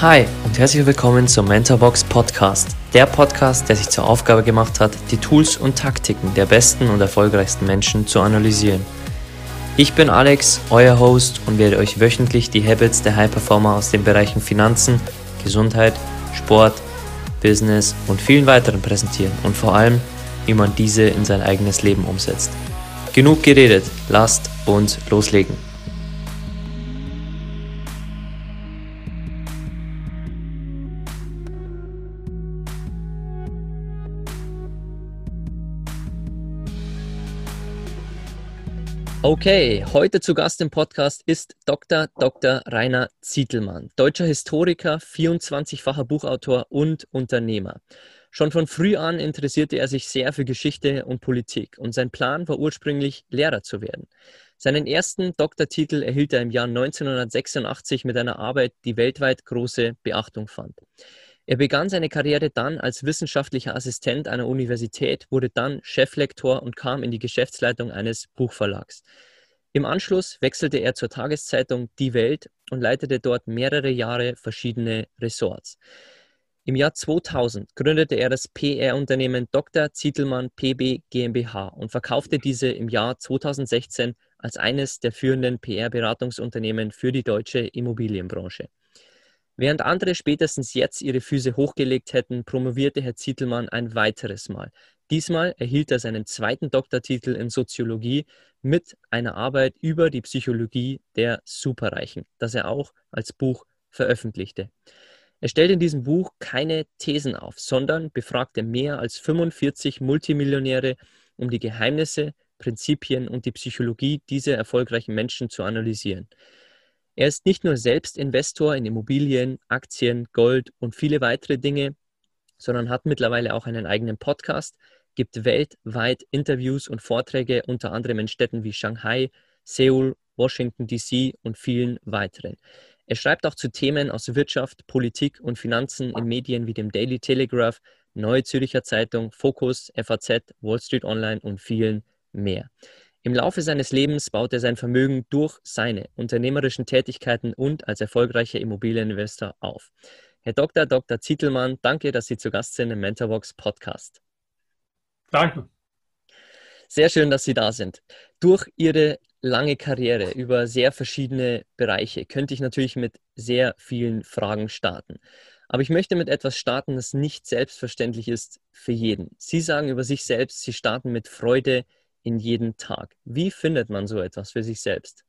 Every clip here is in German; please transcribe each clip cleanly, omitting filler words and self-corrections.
Hi und herzlich willkommen zum Mentorbox Podcast. Der Podcast, der sich zur Aufgabe gemacht hat, die Tools und Taktiken der besten und erfolgreichsten Menschen zu analysieren. Ich bin Alex, euer Host und werde euch wöchentlich die Habits der High-Performer aus den Bereichen Finanzen, Gesundheit, Sport, Business und vielen weiteren präsentieren und vor allem, wie man diese in sein eigenes Leben umsetzt. Genug geredet, lasst uns loslegen. Okay, heute zu Gast im Podcast ist Dr. Rainer Zitelmann, deutscher Historiker, 24-facher Buchautor und Unternehmer. Schon von früh an interessierte er sich sehr für Geschichte und Politik und sein Plan war ursprünglich, Lehrer zu werden. Seinen ersten Doktortitel erhielt er im Jahr 1986 mit einer Arbeit, die weltweit große Beachtung fand. Er begann seine Karriere dann als wissenschaftlicher Assistent einer Universität, wurde dann Cheflektor und kam in die Geschäftsleitung eines Buchverlags. Im Anschluss wechselte er zur Tageszeitung Die Welt und leitete dort mehrere Jahre verschiedene Ressorts. Im Jahr 2000 gründete er das PR-Unternehmen Dr. Zitelmann PB GmbH und verkaufte diese im Jahr 2016 als eines der führenden PR-Beratungsunternehmen für die deutsche Immobilienbranche. Während andere spätestens jetzt ihre Füße hochgelegt hätten, promovierte Herr Zitelmann ein weiteres Mal. Diesmal erhielt er seinen zweiten Doktortitel in Soziologie mit einer Arbeit über die Psychologie der Superreichen, das er auch als Buch veröffentlichte. Er stellt in diesem Buch keine Thesen auf, sondern befragte mehr als 45 Multimillionäre, um die Geheimnisse, Prinzipien und die Psychologie dieser erfolgreichen Menschen zu analysieren. Er ist nicht nur selbst Investor in Immobilien, Aktien, Gold und viele weitere Dinge, sondern hat mittlerweile auch einen eigenen Podcast, gibt weltweit Interviews und Vorträge unter anderem in Städten wie Shanghai, Seoul, Washington DC und vielen weiteren. Er schreibt auch zu Themen aus Wirtschaft, Politik und Finanzen in Medien wie dem Daily Telegraph, Neue Zürcher Zeitung, Focus, FAZ, Wall Street Online und vielen mehr. Im Laufe seines Lebens baut er sein Vermögen durch seine unternehmerischen Tätigkeiten und als erfolgreicher Immobilieninvestor auf. Herr Dr. Zitelmann, danke, dass Sie zu Gast sind im Mentorbox Podcast. Danke. Sehr schön, dass Sie da sind. Durch Ihre lange Karriere über sehr verschiedene Bereiche könnte ich natürlich mit sehr vielen Fragen starten. Aber ich möchte mit etwas starten, das nicht selbstverständlich ist für jeden. Sie sagen über sich selbst, Sie starten mit Freude in jeden Tag. Wie findet man so etwas für sich selbst?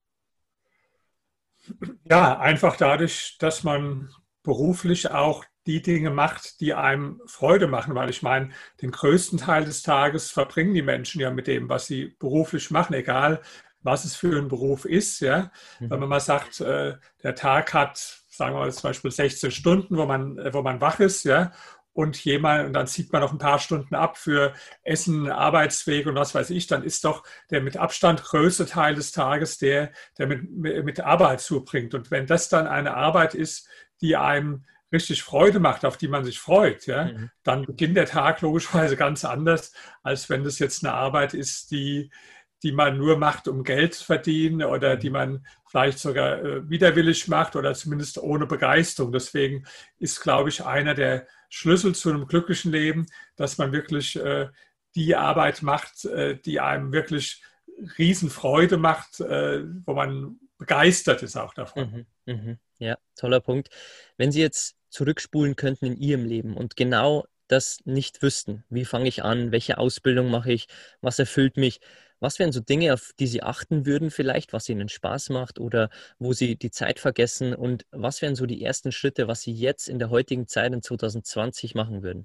Ja, einfach dadurch, dass man beruflich auch die Dinge macht, die einem Freude machen, weil ich meine, den größten Teil des Tages verbringen die Menschen ja mit dem, was sie beruflich machen, egal was es für ein Beruf ist. Ja? Wenn man mal sagt, der Tag hat, sagen wir mal zum Beispiel 16 Stunden, wo man wach ist, ja, und dann zieht man noch ein paar Stunden ab für Essen, Arbeitsweg und was weiß ich, dann ist doch der mit Abstand größte Teil des Tages der mit Arbeit zubringt. Und wenn das dann eine Arbeit ist, die einem richtig Freude macht, auf die man sich freut, ja, dann beginnt der Tag logischerweise ganz anders, als wenn das jetzt eine Arbeit ist, die man nur macht, um Geld zu verdienen oder die man vielleicht sogar widerwillig macht oder zumindest ohne Begeisterung. Deswegen ist, glaube ich, einer der Schlüssel zu einem glücklichen Leben, dass man wirklich die Arbeit macht, die einem wirklich Riesenfreude macht, wo man begeistert ist auch davon. Ja, toller Punkt. Wenn Sie jetzt zurückspulen könnten in Ihrem Leben und genau das nicht wüssten, wie fange ich an, welche Ausbildung mache ich, was erfüllt mich, was wären so Dinge, auf die Sie achten würden vielleicht, was Ihnen Spaß macht oder wo Sie die Zeit vergessen und was wären so die ersten Schritte, was Sie jetzt in der heutigen Zeit in 2020 machen würden?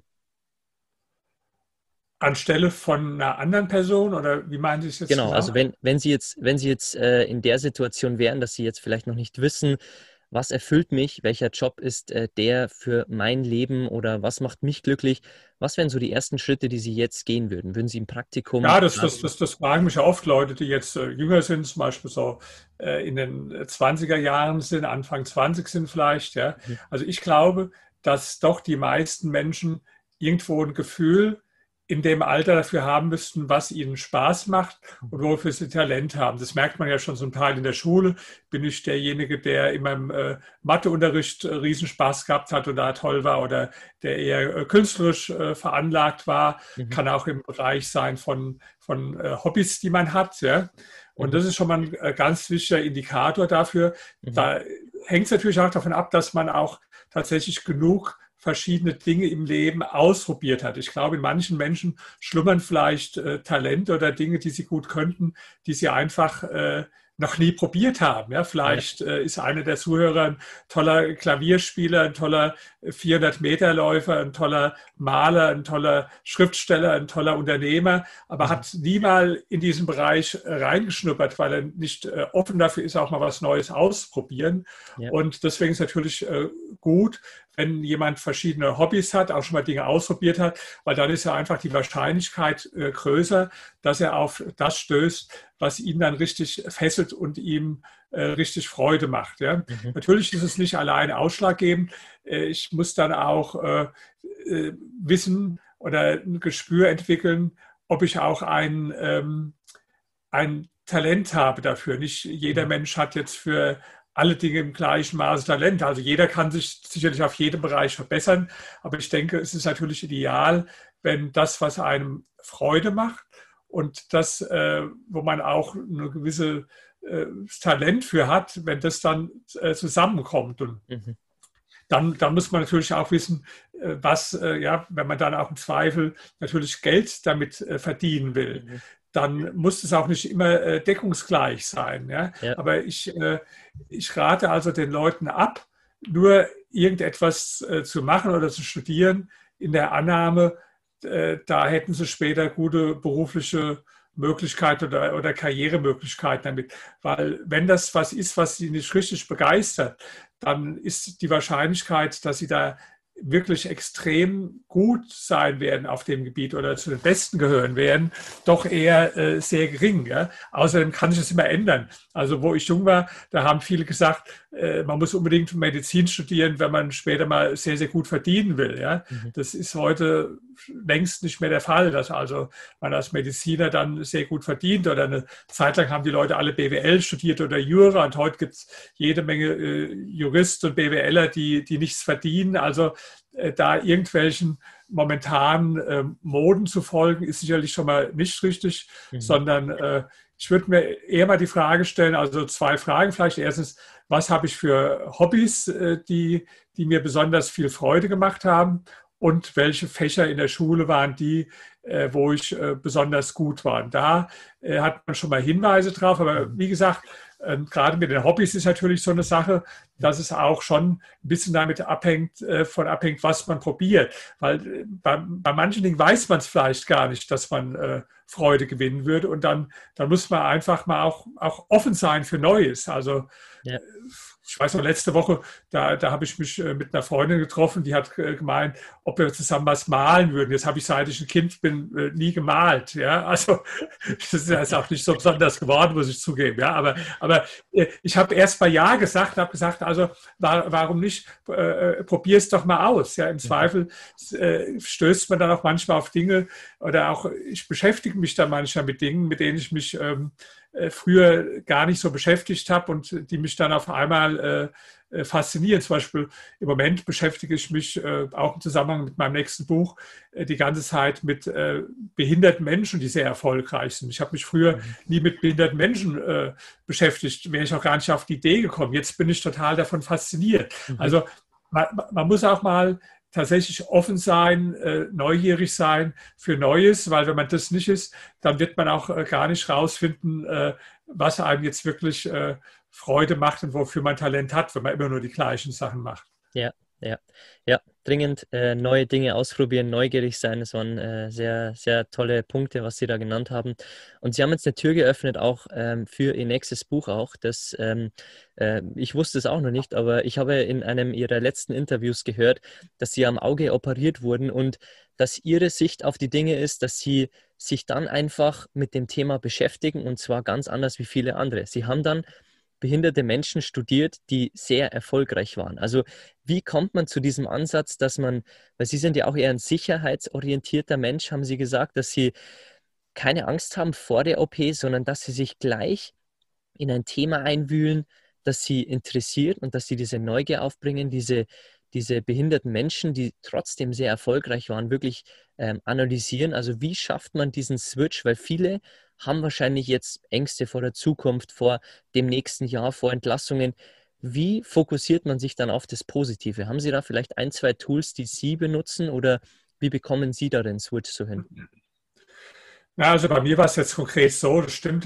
Anstelle von einer anderen Person oder wie meinen Sie es jetzt Genau, also genau? wenn Sie jetzt in der Situation wären, dass Sie jetzt vielleicht noch nicht wissen, was erfüllt mich, welcher Job ist der für mein Leben oder was macht mich glücklich, was wären so die ersten Schritte, die Sie jetzt gehen würden? Würden Sie ein Praktikum Ja, das, das, starten? das, das fragen mich ja oft Leute, die jetzt jünger sind, zum Beispiel so in den 20er Jahren sind, Anfang 20 sind vielleicht. Ja. Mhm. Also ich glaube, dass doch die meisten Menschen irgendwo ein Gefühl in dem Alter dafür haben müssten, was ihnen Spaß macht und wofür sie Talent haben. Das merkt man ja schon zum Teil in der Schule. Bin ich derjenige, der in meinem Matheunterricht Riesenspaß gehabt hat und da toll war oder der eher künstlerisch veranlagt war. Mhm. Kann auch im Bereich sein von Hobbys, die man hat. Ja? Und Mhm. das ist schon mal ein ganz wichtiger Indikator dafür. Mhm. Da hängt es natürlich auch davon ab, dass man auch tatsächlich genug verschiedene Dinge im Leben ausprobiert hat. Ich glaube, in manchen Menschen schlummern vielleicht Talente oder Dinge, die sie gut könnten, die sie einfach noch nie probiert haben. Ja, Ja. vielleicht ist einer der Zuhörer ein toller Klavierspieler, ein toller 400-Meter-Läufer, ein toller Maler, ein toller Schriftsteller, ein toller Unternehmer, aber Mhm. hat nie mal in diesen Bereich reingeschnuppert, weil er nicht offen dafür ist, auch mal was Neues auszuprobieren. Ja. Und deswegen ist natürlich gut, wenn jemand verschiedene Hobbys hat, auch schon mal Dinge ausprobiert hat, weil dann ist ja einfach die Wahrscheinlichkeit größer, dass er auf das stößt, was ihn dann richtig fesselt und ihm richtig Freude macht. Ja. Mhm. Natürlich ist es nicht alleine ausschlaggebend. Ich muss dann auch wissen oder ein Gespür entwickeln, ob ich auch ein Talent habe dafür. Nicht jeder Mhm. Mensch hat jetzt für alle Dinge im gleichen Maße Talent. Also jeder kann sich sicherlich auf jedem Bereich verbessern. Aber ich denke, es ist natürlich ideal, wenn das, was einem Freude macht und das, wo man auch eine gewisse Talent für hat, wenn das dann zusammenkommt. Und Mhm. dann muss man natürlich auch wissen, ja, wenn man dann auch im Zweifel natürlich Geld damit verdienen will, Mhm. dann muss es auch nicht immer deckungsgleich sein. Ja? Ja. Aber ich rate also den Leuten ab, nur irgendetwas zu machen oder zu studieren in der Annahme, da hätten sie später gute berufliche Möglichkeiten oder Karrieremöglichkeiten damit. Weil wenn das was ist, was sie nicht richtig begeistert, dann ist die Wahrscheinlichkeit, dass sie da wirklich extrem gut sein werden auf dem Gebiet oder zu den Besten gehören werden, doch eher sehr gering. Ja? Außerdem kann sich das immer ändern. Also wo ich jung war, da haben viele gesagt, man muss unbedingt Medizin studieren, wenn man später mal sehr, sehr gut verdienen will. Ja? Mhm. Das ist heute längst nicht mehr der Fall, dass also man als Mediziner dann sehr gut verdient oder eine Zeit lang haben die Leute alle BWL studiert oder Jura und heute gibt es jede Menge Juristen und BWLer, die nichts verdienen. Also da irgendwelchen momentanen Moden zu folgen, ist sicherlich schon mal nicht richtig, Mhm. sondern ich würde mir eher mal die Frage stellen, also zwei Fragen vielleicht. Erstens, was habe ich für Hobbys, die mir besonders viel Freude gemacht haben? Und welche Fächer in der Schule waren die, wo ich besonders gut war? Und da hat man schon mal Hinweise drauf. Aber Mhm. wie gesagt, gerade mit den Hobbys ist natürlich so eine Sache, dass es auch schon ein bisschen damit abhängt, was man probiert. Weil bei manchen Dingen weiß man es vielleicht gar nicht, dass man Freude gewinnen würde. Und dann muss man einfach mal auch offen sein für Neues. Also Ja. ich weiß noch, letzte Woche, da habe ich mich mit einer Freundin getroffen, die hat gemeint, ob wir zusammen was malen würden. Jetzt habe ich, seit ich ein Kind bin, nie gemalt. Ja? Also das ist jetzt auch nicht so besonders geworden, muss ich zugeben. Ja? Aber ich habe erst mal Ja gesagt und habe gesagt, also warum nicht, probier es doch mal aus. Ja? Im Mhm. Zweifel stößt man dann auch manchmal auf Dinge oder auch ich beschäftige mich dann manchmal mit Dingen, mit denen ich mich früher gar nicht so beschäftigt habe und die mich dann auf einmal faszinieren. Zum Beispiel im Moment beschäftige ich mich auch im Zusammenhang mit meinem nächsten Buch die ganze Zeit mit behinderten Menschen, die sehr erfolgreich sind. Ich habe mich früher Mhm. nie mit behinderten Menschen beschäftigt, wäre ich auch gar nicht auf die Idee gekommen. Jetzt bin ich total davon fasziniert. Mhm. Also man muss auch mal tatsächlich offen sein, neugierig sein für Neues, weil wenn man das nicht ist, dann wird man auch gar nicht rausfinden, was einem jetzt wirklich Freude macht und wofür man Talent hat, wenn man immer nur die gleichen Sachen macht. Ja, ja, ja, dringend neue Dinge ausprobieren, neugierig sein. Das waren sehr, sehr tolle Punkte, was Sie da genannt haben. Und Sie haben jetzt eine Tür geöffnet, auch für Ihr nächstes Buch auch. Ich wusste es auch noch nicht, aber ich habe in einem Ihrer letzten Interviews gehört, dass Sie am Auge operiert wurden und dass Ihre Sicht auf die Dinge ist, dass Sie sich dann einfach mit dem Thema beschäftigen und zwar ganz anders wie viele andere. Sie haben dann behinderte Menschen studiert, die sehr erfolgreich waren. Also wie kommt man zu diesem Ansatz, dass man, weil Sie sind ja auch eher ein sicherheitsorientierter Mensch, haben Sie gesagt, dass Sie keine Angst haben vor der OP, sondern dass Sie sich gleich in ein Thema einwühlen, das Sie interessiert und dass Sie diese Neugier aufbringen, diese behinderten Menschen, die trotzdem sehr erfolgreich waren, wirklich analysieren. Also wie schafft man diesen Switch? Weil viele haben wahrscheinlich jetzt Ängste vor der Zukunft, vor dem nächsten Jahr, vor Entlassungen. Wie fokussiert man sich dann auf das Positive? Haben Sie da vielleicht ein, zwei Tools, die Sie benutzen oder wie bekommen Sie da den Switch so hin? Ja, also bei mir war es jetzt konkret so, das stimmt,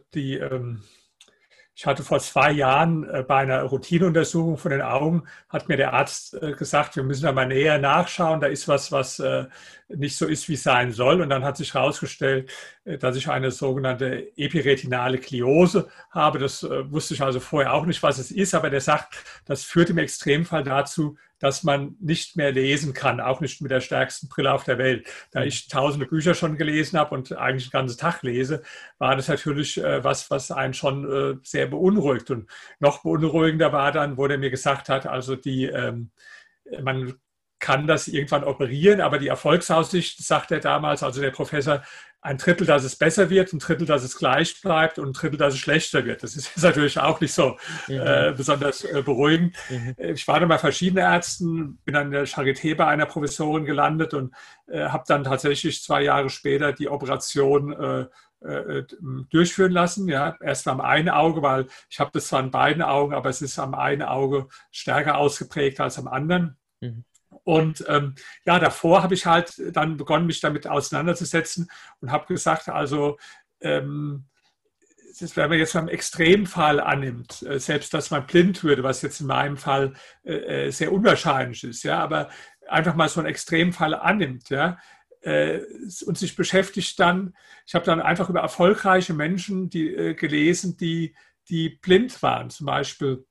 ich hatte vor 2 Jahren bei einer Routineuntersuchung von den Augen, hat mir der Arzt gesagt, wir müssen da mal näher nachschauen, da ist was nicht so ist, wie es sein soll. Und dann hat sich herausgestellt, dass ich eine sogenannte epiretinale Kliose habe. Das wusste ich also vorher auch nicht, was es ist, aber der sagt, das führt im Extremfall dazu, dass man nicht mehr lesen kann, auch nicht mit der stärksten Brille auf der Welt. Da ich tausende Bücher schon gelesen habe und eigentlich den ganzen Tag lese, war das natürlich was einen schon sehr beunruhigt. Und noch beunruhigender war dann, wo der mir gesagt hat, also man kann das irgendwann operieren, aber die Erfolgsaussicht, sagt er damals, also der Professor, ein Drittel, dass es besser wird, ein Drittel, dass es gleich bleibt und ein Drittel, dass es schlechter wird. Das ist jetzt natürlich auch nicht so besonders beruhigend. Ich war dann bei verschiedenen Ärzten, bin an der Charité bei einer Professorin gelandet und habe dann tatsächlich 2 Jahre später die Operation durchführen lassen. Ja, erst am einen Auge, weil ich habe das zwar an beiden Augen, aber es ist am einen Auge stärker ausgeprägt als am anderen. Und ja, davor habe ich halt dann begonnen, mich damit auseinanderzusetzen und habe gesagt, also wenn man jetzt mal einen Extremfall annimmt, selbst dass man blind würde, was jetzt in meinem Fall sehr unwahrscheinlich ist, ja, aber einfach mal so einen Extremfall annimmt, ja, und sich beschäftigt dann, ich habe dann einfach über erfolgreiche Menschen gelesen, die blind waren, zum Beispiel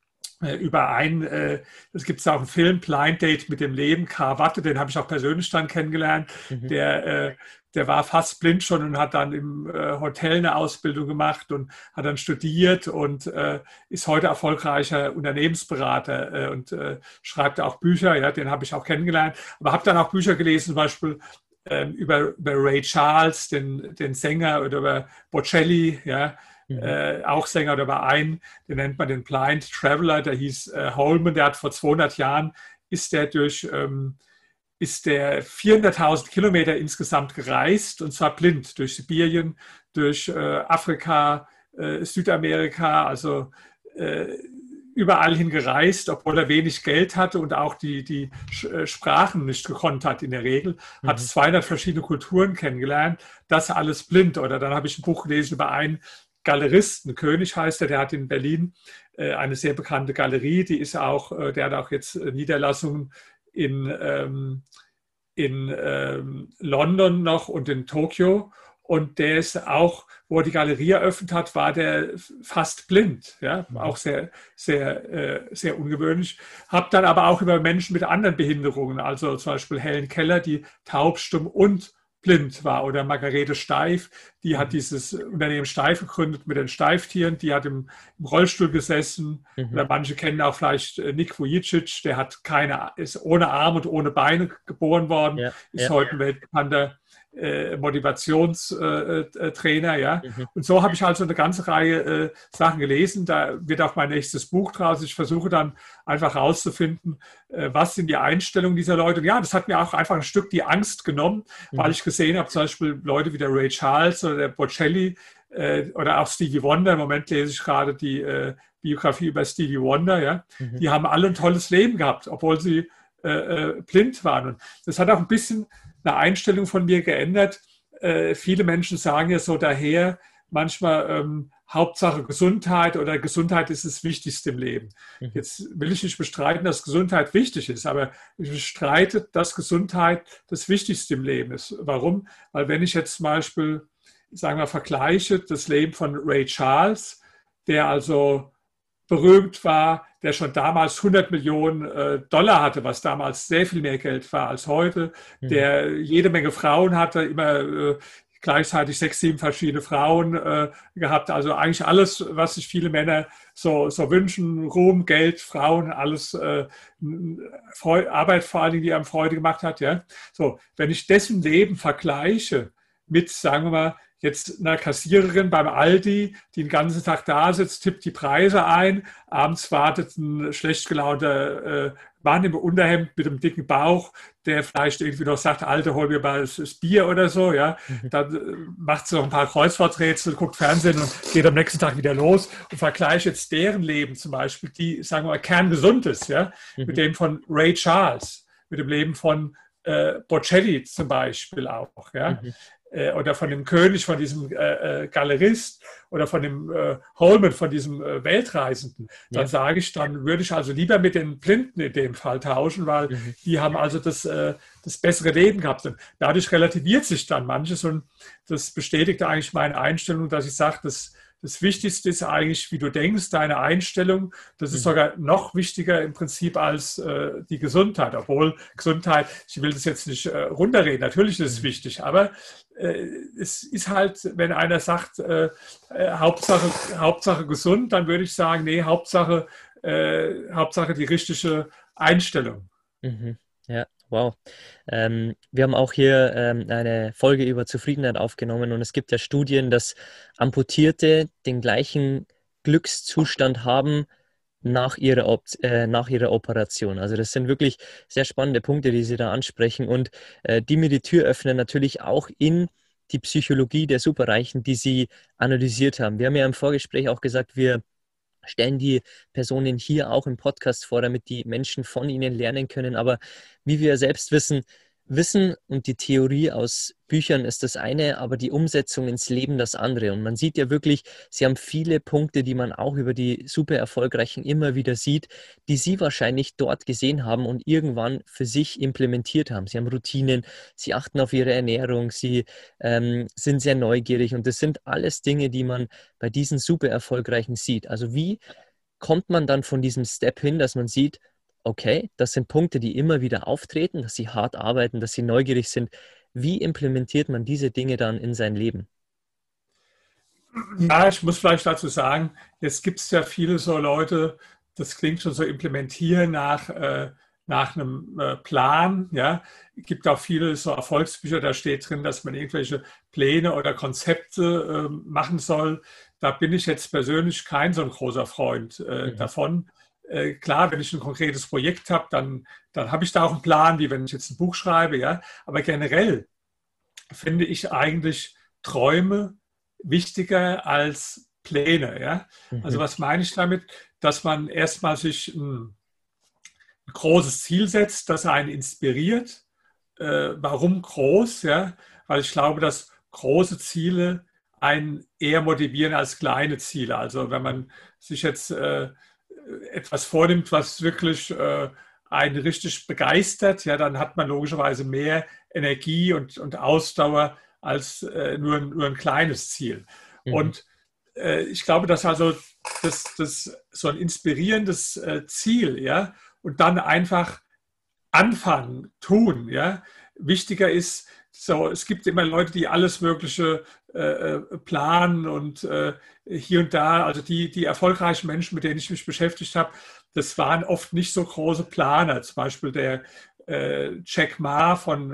das gibt es auch einen Film, Blind Date mit dem Leben, Karl Watte, den habe ich auch persönlich dann kennengelernt. Der war fast blind schon und hat dann im Hotel eine Ausbildung gemacht und hat dann studiert und ist heute erfolgreicher Unternehmensberater und schreibt auch Bücher, ja, den habe ich auch kennengelernt. Aber habe dann auch Bücher gelesen, zum Beispiel über Ray Charles, den Sänger, oder über Bocelli, ja. Auch Sänger, oder war den nennt man den Blind Traveler, der hieß Holman, der hat vor 200 Jahren, ist der 400.000 Kilometer insgesamt gereist, und zwar blind, durch Sibirien, durch Afrika, Südamerika, also überall hin gereist, obwohl er wenig Geld hatte und auch die Sprachen nicht gekonnt hat in der Regel, hat 200 verschiedene Kulturen kennengelernt, das alles blind. Oder dann habe ich ein Buch gelesen über einen Galeristen, König heißt er, der hat in Berlin eine sehr bekannte Galerie, der hat auch jetzt Niederlassungen in London noch und in Tokio, und der ist auch, wo er die Galerie eröffnet hat, war der fast blind, ja, auch sehr, sehr, sehr ungewöhnlich. Habe dann aber auch über Menschen mit anderen Behinderungen, also zum Beispiel Helen Keller, die taub, stumm und blind war, oder Margarete Steif, die hat dieses Unternehmen Steif gegründet mit den Steiftieren, die hat im Rollstuhl gesessen, oder manche kennen auch vielleicht Nick Vujicic, der ist ohne Arm und ohne Beine geboren worden, ist heute ein weltbekannter Motivationstrainer, ja. Und so habe ich also eine ganze Reihe Sachen gelesen. Da wird auch mein nächstes Buch draus. Ich versuche dann einfach herauszufinden, was sind die Einstellungen dieser Leute. Und ja, das hat mir auch einfach ein Stück die Angst genommen, weil ich gesehen habe, zum Beispiel Leute wie der Ray Charles oder der Bocelli oder auch Stevie Wonder. Im Moment lese ich gerade die Biografie über Stevie Wonder, ja. Die haben alle ein tolles Leben gehabt, obwohl sie blind waren. Und das hat auch ein bisschen eine Einstellung von mir geändert. Viele Menschen sagen ja so daher manchmal Hauptsache Gesundheit, oder Gesundheit ist das Wichtigste im Leben. Jetzt will ich nicht bestreiten, dass Gesundheit wichtig ist, aber ich bestreite, dass Gesundheit das Wichtigste im Leben ist. Warum? Weil wenn ich jetzt zum Beispiel, sagen wir, vergleiche das Leben von Ray Charles, der also berühmt war, der schon damals 100 Millionen Dollar hatte, was damals sehr viel mehr Geld war als heute, der jede Menge Frauen hatte, immer gleichzeitig 6, 7 verschiedene Frauen gehabt. Also eigentlich alles, was sich viele Männer so wünschen, Ruhm, Geld, Frauen, alles Arbeit vor allen Dingen, die einem Freude gemacht hat. Ja? So, wenn ich dessen Leben vergleiche mit, sagen wir mal, jetzt einer Kassiererin beim Aldi, die den ganzen Tag da sitzt, tippt die Preise ein, abends wartet ein schlecht gelaunter Mann im Unterhemd mit einem dicken Bauch, der vielleicht irgendwie noch sagt, Alter, hol mir mal das Bier oder so, ja. Dann macht sie noch ein paar Kreuzworträtsel, guckt Fernsehen und geht am nächsten Tag wieder los und vergleicht jetzt deren Leben zum Beispiel, die, sagen wir mal, kerngesund ist, ja, mit dem von Ray Charles, mit dem Leben von Bocelli zum Beispiel auch, ja. Oder von dem König, von diesem Galerist oder von dem Holman, von diesem Weltreisenden, dann sage ich, dann würde ich also lieber mit den Blinden in dem Fall tauschen, weil die haben also das bessere Leben gehabt. Und dadurch relativiert sich dann manches und das bestätigt eigentlich meine Einstellung, dass ich sage, das Wichtigste ist eigentlich, wie du denkst, deine Einstellung. Das ist sogar noch wichtiger im Prinzip als die Gesundheit. Obwohl Gesundheit, ich will das jetzt nicht runterreden, natürlich ist es wichtig, aber es ist halt, wenn einer sagt, Hauptsache gesund, dann würde ich sagen, nee, Hauptsache die richtige Einstellung. Ja, wow. Wir haben auch hier eine Folge über Zufriedenheit aufgenommen und es gibt ja Studien, dass Amputierte den gleichen Glückszustand haben nach ihrer Operation. Also das sind wirklich sehr spannende Punkte, die Sie da ansprechen und die mir die Tür öffnen, natürlich auch in die Psychologie der Superreichen, die Sie analysiert haben. Wir haben ja im Vorgespräch auch gesagt, wir stellen die Personen hier auch im Podcast vor, damit die Menschen von ihnen lernen können. Aber wie wir selbst wissen, Wissen und die Theorie aus Büchern ist das eine, aber die Umsetzung ins Leben das andere. Und man sieht ja wirklich, Sie haben viele Punkte, die man auch über die super Erfolgreichen immer wieder sieht, die Sie wahrscheinlich dort gesehen haben und irgendwann für sich implementiert haben. Sie haben Routinen, Sie achten auf Ihre Ernährung, Sie sind sehr neugierig und das sind alles Dinge, die man bei diesen super Erfolgreichen sieht. Also wie kommt man dann von diesem Step hin, dass man sieht, okay, das sind Punkte, die immer wieder auftreten, dass sie hart arbeiten, dass sie neugierig sind. Wie implementiert man diese Dinge dann in sein Leben? Ja, ich muss vielleicht dazu sagen, jetzt gibt es ja viele so Leute, das klingt schon so implementieren nach einem Plan. Ja. Es gibt auch viele so Erfolgsbücher, da steht drin, dass man irgendwelche Pläne oder Konzepte machen soll. Da bin ich jetzt persönlich kein so ein großer Freund davon. Klar, wenn ich ein konkretes Projekt habe, dann habe ich da auch einen Plan, wie wenn ich jetzt ein Buch schreibe. Ja? Aber generell finde ich eigentlich Träume wichtiger als Pläne. Ja? Also was meine ich damit? Dass man erstmal sich ein großes Ziel setzt, das einen inspiriert. Warum groß? Ja? Weil ich glaube, dass große Ziele einen eher motivieren als kleine Ziele. Also wenn man sich jetzt etwas vornimmt, was wirklich einen richtig begeistert, ja, dann hat man logischerweise mehr Energie und Ausdauer als nur ein kleines Ziel. Und ich glaube, dass also das so ein inspirierendes Ziel, ja, und dann einfach anfangen, tun, ja, wichtiger ist. So, es gibt immer Leute, die alles Mögliche planen und hier und da, also die erfolgreichen Menschen, mit denen ich mich beschäftigt habe, das waren oft nicht so große Planer. Zum Beispiel der Jack Ma von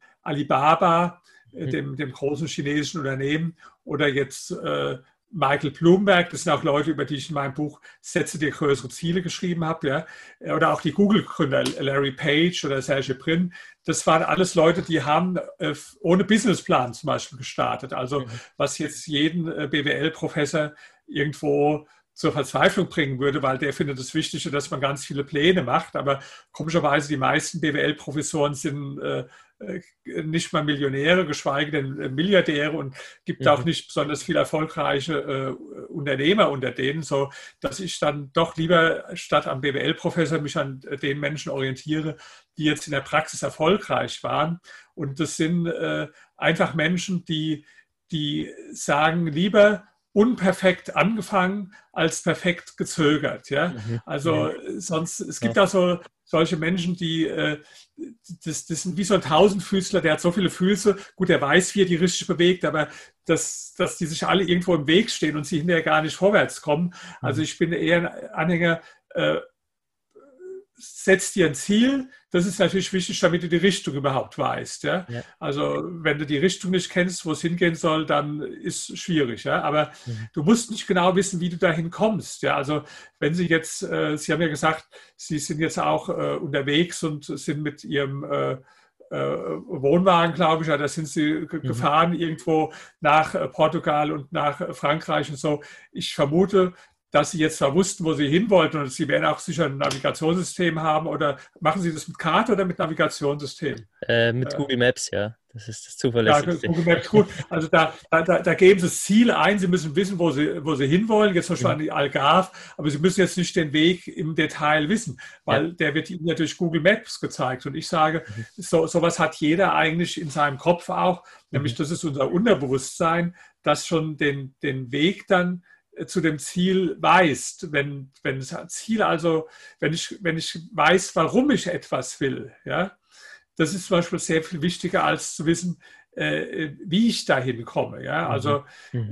Alibaba, dem großen chinesischen Unternehmen, oder jetzt Michael Bloomberg, das sind auch Leute, über die ich in meinem Buch Setze dir größere Ziele geschrieben habe, ja, oder auch die Google-Gründer Larry Page oder Sergey Brin, das waren alles Leute, die haben ohne Businessplan zum Beispiel gestartet. Also was jetzt jeden BWL-Professor irgendwo zur Verzweiflung bringen würde, weil der findet es wichtig, dass man ganz viele Pläne macht. Aber komischerweise die meisten BWL-Professoren sind nicht mal Millionäre, geschweige denn Milliardäre, und gibt auch nicht besonders viele erfolgreiche Unternehmer unter denen, so dass ich dann doch lieber statt am BWL-Professor mich an den Menschen orientiere, die jetzt in der Praxis erfolgreich waren. Und das sind einfach Menschen, die sagen, lieber unperfekt angefangen als perfekt gezögert. Ja? Also sonst, es gibt da so solche Menschen, das sind wie so ein Tausendfüßler, der hat so viele Füße. Gut, der weiß, wie er die richtig bewegt, aber dass die sich alle irgendwo im Weg stehen und sie hinterher gar nicht vorwärts kommen. Also ich bin eher ein Anhänger, setz dir ein Ziel. Das ist natürlich wichtig, damit du die Richtung überhaupt weißt. Ja? Ja. Also wenn du die Richtung nicht kennst, wo es hingehen soll, dann ist es schwierig. Ja? Aber du musst nicht genau wissen, wie du dahin kommst. Ja? Also wenn Sie jetzt, Sie haben ja gesagt, Sie sind jetzt auch unterwegs und sind mit Ihrem Wohnwagen, glaube ich, ja, da sind Sie gefahren irgendwo nach Portugal und nach Frankreich und so. Ich vermute, dass Sie jetzt zwar wussten, wo Sie hin wollten und Sie werden auch sicher ein Navigationssystem haben, oder machen Sie das mit Karte oder mit Navigationssystem? Mit Google Maps, ja. Das ist das Ja, Zuverlässigste. Google Maps, gut. Also da geben Sie das Ziel ein. Sie müssen wissen, wo Sie hinwollen. Jetzt zum Beispiel an die Algarve. Aber Sie müssen jetzt nicht den Weg im Detail wissen, weil der wird Ihnen ja durch Google Maps gezeigt. Und ich sage, sowas hat jeder eigentlich in seinem Kopf auch. Nämlich, das ist unser Unterbewusstsein, das schon den Weg dann zu dem Ziel weist. Wenn das Ziel also, wenn ich weiß, warum ich etwas will, ja, das ist zum Beispiel sehr viel wichtiger, als zu wissen, wie ich dahin komme. Ja? Also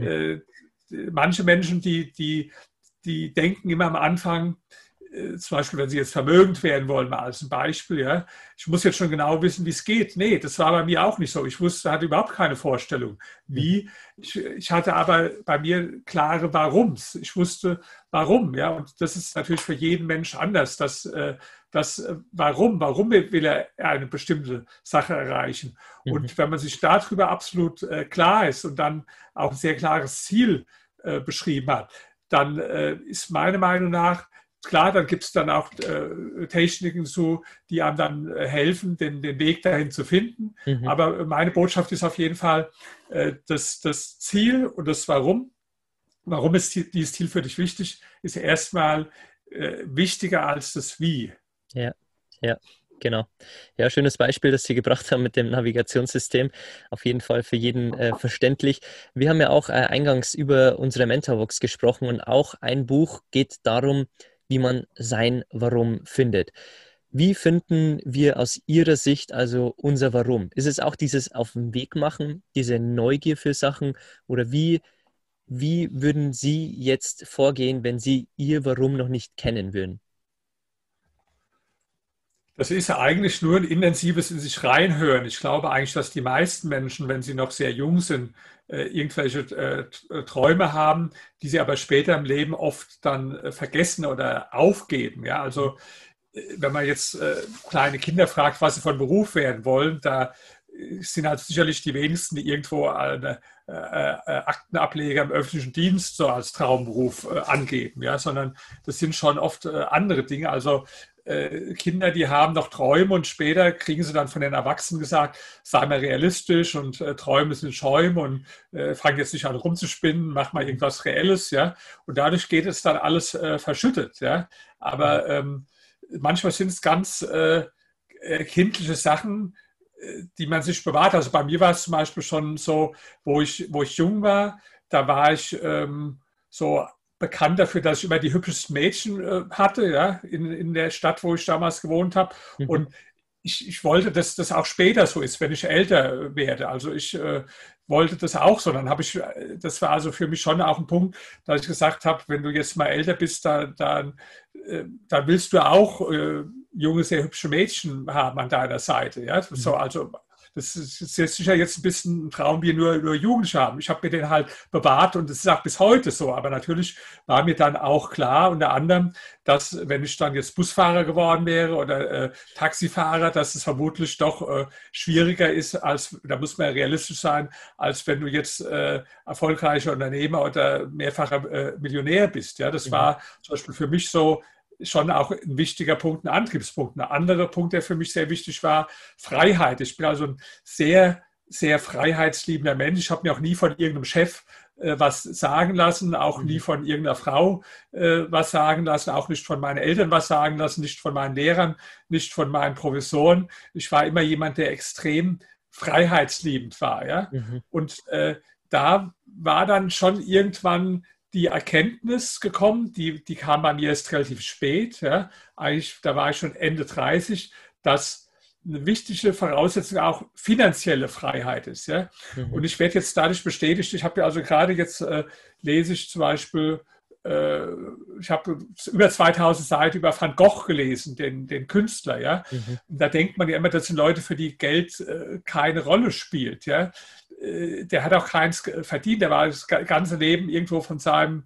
manche Menschen, die denken immer am Anfang, zum Beispiel, wenn Sie jetzt vermögend werden wollen, mal als ein Beispiel, ja, ich muss jetzt schon genau wissen, wie es geht. Nee, das war bei mir auch nicht so. Ich hatte überhaupt keine Vorstellung, wie. Ich hatte aber bei mir klare Warums. Ich wusste, warum. Ja, und das ist natürlich für jeden Mensch anders. Das Warum will er eine bestimmte Sache erreichen? Und wenn man sich darüber absolut klar ist und dann auch ein sehr klares Ziel beschrieben hat, dann ist meiner Meinung nach klar, dann gibt es dann auch Techniken so, die einem dann helfen, den Weg dahin zu finden. Aber meine Botschaft ist auf jeden Fall, das Ziel und das Warum. Warum ist dieses Ziel für dich wichtig, ist erstmal wichtiger als das Wie. Ja, ja, genau. Ja, schönes Beispiel, das Sie gebracht haben mit dem Navigationssystem. Auf jeden Fall für jeden verständlich. Wir haben ja auch eingangs über unsere Mentorbox gesprochen und auch ein Buch geht darum, wie man sein Warum findet. Wie finden wir aus Ihrer Sicht also unser Warum? Ist es auch dieses auf den Weg machen, diese Neugier für Sachen, oder wie würden Sie jetzt vorgehen, wenn Sie Ihr Warum noch nicht kennen würden? Das ist ja eigentlich nur ein intensives in sich reinhören. Ich glaube eigentlich, dass die meisten Menschen, wenn sie noch sehr jung sind, irgendwelche Träume haben, die sie aber später im Leben oft dann vergessen oder aufgeben. Ja, also wenn man jetzt kleine Kinder fragt, was sie von Beruf werden wollen, da sind halt sicherlich die wenigsten, die irgendwo eine Aktenableger im öffentlichen Dienst so als Traumberuf angeben, ja, sondern das sind schon oft andere Dinge. Also Kinder, die haben noch Träume und später kriegen sie dann von den Erwachsenen gesagt, sei mal realistisch und Träume sind Schäume und fang jetzt nicht an rumzuspinnen, mach mal irgendwas Reelles, ja. Und dadurch geht es dann alles verschüttet, ja. Aber manchmal sind es ganz kindliche Sachen, die man sich bewahrt. Also bei mir war es zum Beispiel schon so, wo ich jung war, da war ich so bekannt dafür, dass ich immer die hübschesten Mädchen hatte, ja, in der Stadt, wo ich damals gewohnt habe. Und ich wollte, dass das auch später so ist, wenn ich älter werde. Also ich wollte das auch so. Dann habe ich, das war also für mich schon auch ein Punkt, dass ich gesagt habe, wenn du jetzt mal älter bist, dann willst du auch junge, sehr hübsche Mädchen haben an deiner Seite. Ja? So, also das ist sicher jetzt ein bisschen ein Traum, wie nur Jugendliche haben. Ich habe mir den halt bewahrt und das ist auch bis heute so. Aber natürlich war mir dann auch klar, unter anderem, dass wenn ich dann jetzt Busfahrer geworden wäre oder Taxifahrer, dass es vermutlich doch schwieriger ist, als, da muss man realistisch sein, als wenn du jetzt erfolgreicher Unternehmer oder mehrfacher Millionär bist. Ja, das war zum Beispiel für mich so schon auch ein wichtiger Punkt, ein Antriebspunkt. Ein anderer Punkt, der für mich sehr wichtig war, Freiheit. Ich bin also ein sehr, sehr freiheitsliebender Mensch. Ich habe mir auch nie von irgendeinem Chef was sagen lassen, auch nie von irgendeiner Frau was sagen lassen, auch nicht von meinen Eltern was sagen lassen, nicht von meinen Lehrern, nicht von meinen Professoren. Ich war immer jemand, der extrem freiheitsliebend war. Ja? Und da war dann schon irgendwann die Erkenntnis gekommen, die kam bei mir erst relativ spät, ja, eigentlich, da war ich schon Ende 30, dass eine wichtige Voraussetzung auch finanzielle Freiheit ist. Ja. Und ich werde jetzt dadurch bestätigt, ich habe ja also gerade jetzt, lese ich zum Beispiel, ich habe über 2000 Seiten über Van Gogh gelesen, den Künstler. Ja. Und da denkt man ja immer, das sind Leute, für die Geld keine Rolle spielt. Ja. Der hat auch keins verdient, der war das ganze Leben irgendwo von seinem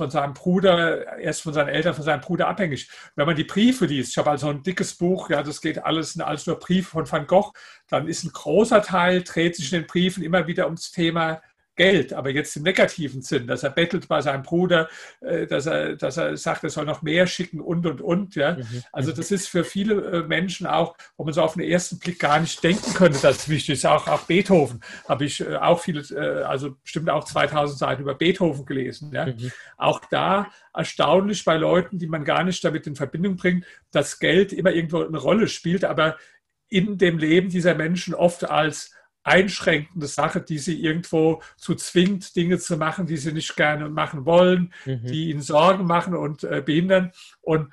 Bruder, erst von seinen Eltern, von seinem Bruder abhängig. Wenn man die Briefe liest, ich habe also ein dickes Buch, ja, das geht alles, sind alles nur Briefe von Van Gogh, dann ist ein großer Teil, dreht sich in den Briefen immer wieder ums Thema Geld, aber jetzt im negativen Sinn, dass er bettelt bei seinem Bruder, dass er sagt, er soll noch mehr schicken und. Ja. Also das ist für viele Menschen auch, wo man so auf den ersten Blick gar nicht denken könnte, dass es wichtig ist. Auch Beethoven habe ich auch viele, also bestimmt auch 2000 Seiten über Beethoven gelesen. Ja. Auch da erstaunlich bei Leuten, die man gar nicht damit in Verbindung bringt, dass Geld immer irgendwo eine Rolle spielt, aber in dem Leben dieser Menschen oft als einschränkende Sache, die sie irgendwo zu zwingt, Dinge zu machen, die sie nicht gerne machen wollen, die ihnen Sorgen machen und behindern. Und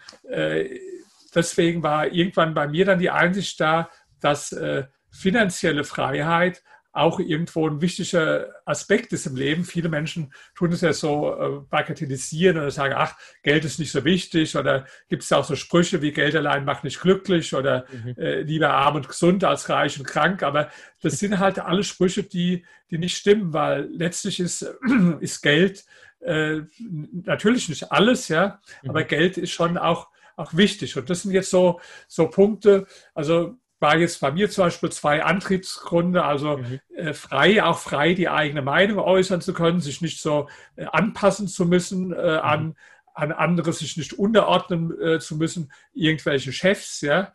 deswegen war irgendwann bei mir dann die Einsicht da, dass finanzielle Freiheit auch irgendwo ein wichtiger Aspekt ist im Leben. Viele Menschen tun es ja so bagatellisieren oder sagen, ach, Geld ist nicht so wichtig, oder gibt es auch so Sprüche wie Geld allein macht nicht glücklich oder lieber arm und gesund als reich und krank. Aber das sind halt alle Sprüche, die nicht stimmen, weil letztlich ist Geld natürlich nicht alles, ja, aber Geld ist schon auch wichtig. Und das sind jetzt so Punkte, also war jetzt bei mir zum Beispiel 2 Antriebsgründe, also frei die eigene Meinung äußern zu können, sich nicht so anpassen zu müssen an andere, sich nicht unterordnen zu müssen, irgendwelche Chefs, ja.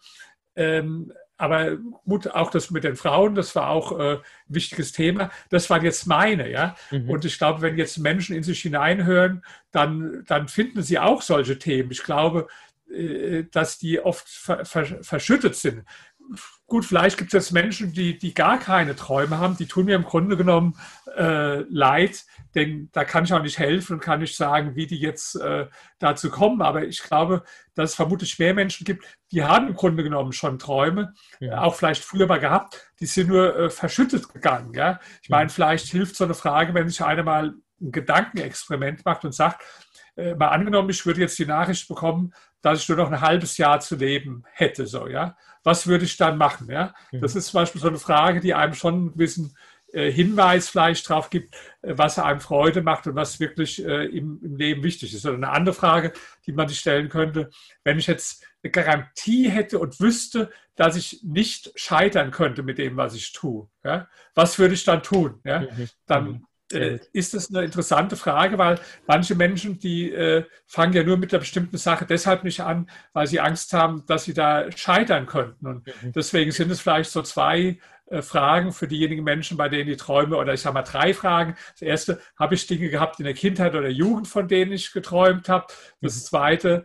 Aber gut, auch das mit den Frauen, das war auch ein wichtiges Thema. Das waren jetzt meine, ja. Und ich glaube, wenn jetzt Menschen in sich hineinhören, dann finden sie auch solche Themen. Ich glaube, dass die oft verschüttet sind. Gut, vielleicht gibt es jetzt Menschen, die gar keine Träume haben, die tun mir im Grunde genommen leid, denn da kann ich auch nicht helfen und kann nicht sagen, wie die jetzt dazu kommen. Aber ich glaube, dass es vermutlich mehr Menschen gibt, die haben im Grunde genommen schon Träume, auch vielleicht früher mal gehabt, die sind nur verschüttet gegangen. Ja? Ich meine, vielleicht hilft so eine Frage, wenn sich einer mal ein Gedankenexperiment macht und sagt, mal angenommen, ich würde jetzt die Nachricht bekommen, dass ich nur noch ein halbes Jahr zu leben hätte. So, ja? Was würde ich dann machen? Ja? Das ist zum Beispiel so eine Frage, die einem schon einen gewissen Hinweis vielleicht darauf gibt, was einem Freude macht und was wirklich im Leben wichtig ist. Oder eine andere Frage, die man sich stellen könnte, wenn ich jetzt eine Garantie hätte und wüsste, dass ich nicht scheitern könnte mit dem, was ich tue. Ja? Was würde ich dann tun? Ja? Dann ist das eine interessante Frage, weil manche Menschen, die fangen ja nur mit einer bestimmten Sache deshalb nicht an, weil sie Angst haben, dass sie da scheitern könnten. Und deswegen sind es vielleicht so 2 Fragen für diejenigen Menschen, bei denen die Träume, oder ich sage mal 3 Fragen. Das erste, habe ich Dinge gehabt in der Kindheit oder Jugend, von denen ich geträumt habe? Das zweite,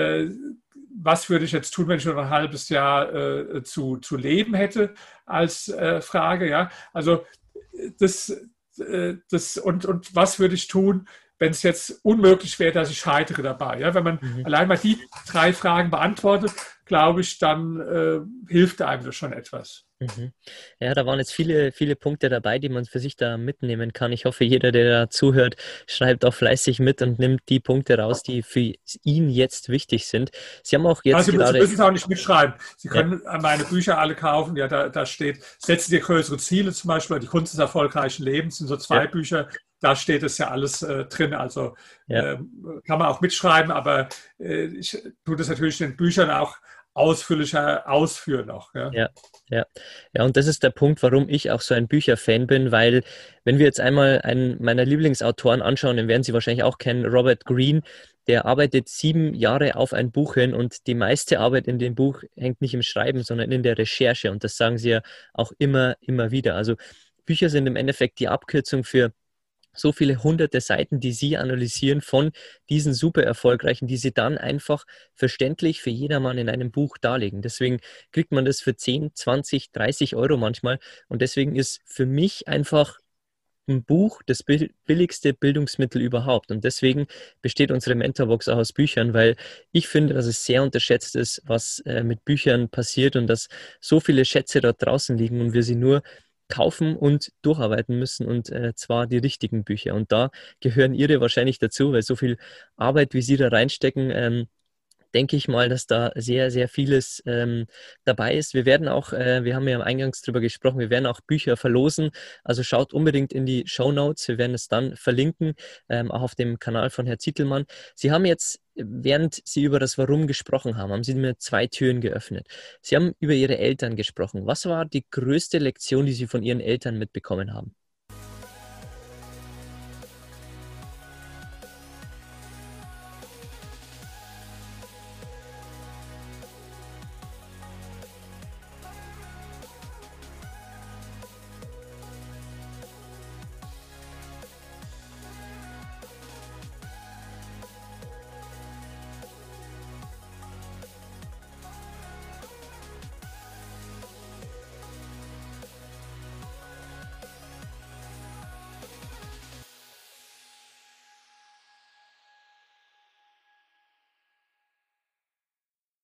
was würde ich jetzt tun, wenn ich nur noch ein halbes Jahr zu leben hätte, als Frage. Ja? Also und was würde ich tun, wenn es jetzt unmöglich wäre, dass ich scheitere dabei? Ja, wenn man allein mal die 3 Fragen beantwortet, glaube ich, dann hilft einem das schon etwas. Ja, da waren jetzt viele, viele Punkte dabei, die man für sich da mitnehmen kann. Ich hoffe, jeder, der da zuhört, schreibt auch fleißig mit und nimmt die Punkte raus, die für ihn jetzt wichtig sind. Sie haben auch jetzt Sie müssen es auch nicht mitschreiben. Sie können meine Bücher alle kaufen. Ja, da steht, setzen Sie größere Ziele, zum Beispiel die Kunst des erfolgreichen Lebens, sind so 2 Bücher. Da steht es ja alles drin. Also kann man auch mitschreiben, aber ich tue das natürlich in den Büchern auch ausführlicher ausführen noch. Ja, und das ist der Punkt, warum ich auch so ein Bücherfan bin, weil wenn wir jetzt einmal einen meiner Lieblingsautoren anschauen, den werden Sie wahrscheinlich auch kennen, Robert Greene, der arbeitet 7 Jahre auf ein Buch hin und die meiste Arbeit in dem Buch hängt nicht im Schreiben, sondern in der Recherche, und das sagen Sie ja auch immer wieder. Also Bücher sind im Endeffekt die Abkürzung für so viele hunderte Seiten, die Sie analysieren von diesen super erfolgreichen, die Sie dann einfach verständlich für jedermann in einem Buch darlegen. Deswegen kriegt man das für 10, 20, 30 Euro manchmal. Und deswegen ist für mich einfach ein Buch das billigste Bildungsmittel überhaupt. Und deswegen besteht unsere Mentorbox auch aus Büchern, weil ich finde, dass es sehr unterschätzt ist, was mit Büchern passiert und dass so viele Schätze dort draußen liegen und wir sie nur kaufen und durcharbeiten müssen und zwar die richtigen Bücher. Und da gehören Ihre wahrscheinlich dazu, weil so viel Arbeit, wie Sie da reinstecken, denke ich mal, dass da sehr, sehr vieles dabei ist. Wir werden auch, wir haben ja eingangs drüber gesprochen, wir werden auch Bücher verlosen. Also schaut unbedingt in die Shownotes. Wir werden es dann verlinken, auch auf dem Kanal von Herrn Zitelmann. Sie haben jetzt, während Sie über das Warum gesprochen haben, haben Sie mir zwei Türen geöffnet. Sie haben über Ihre Eltern gesprochen. Was war die größte Lektion, die Sie von Ihren Eltern mitbekommen haben?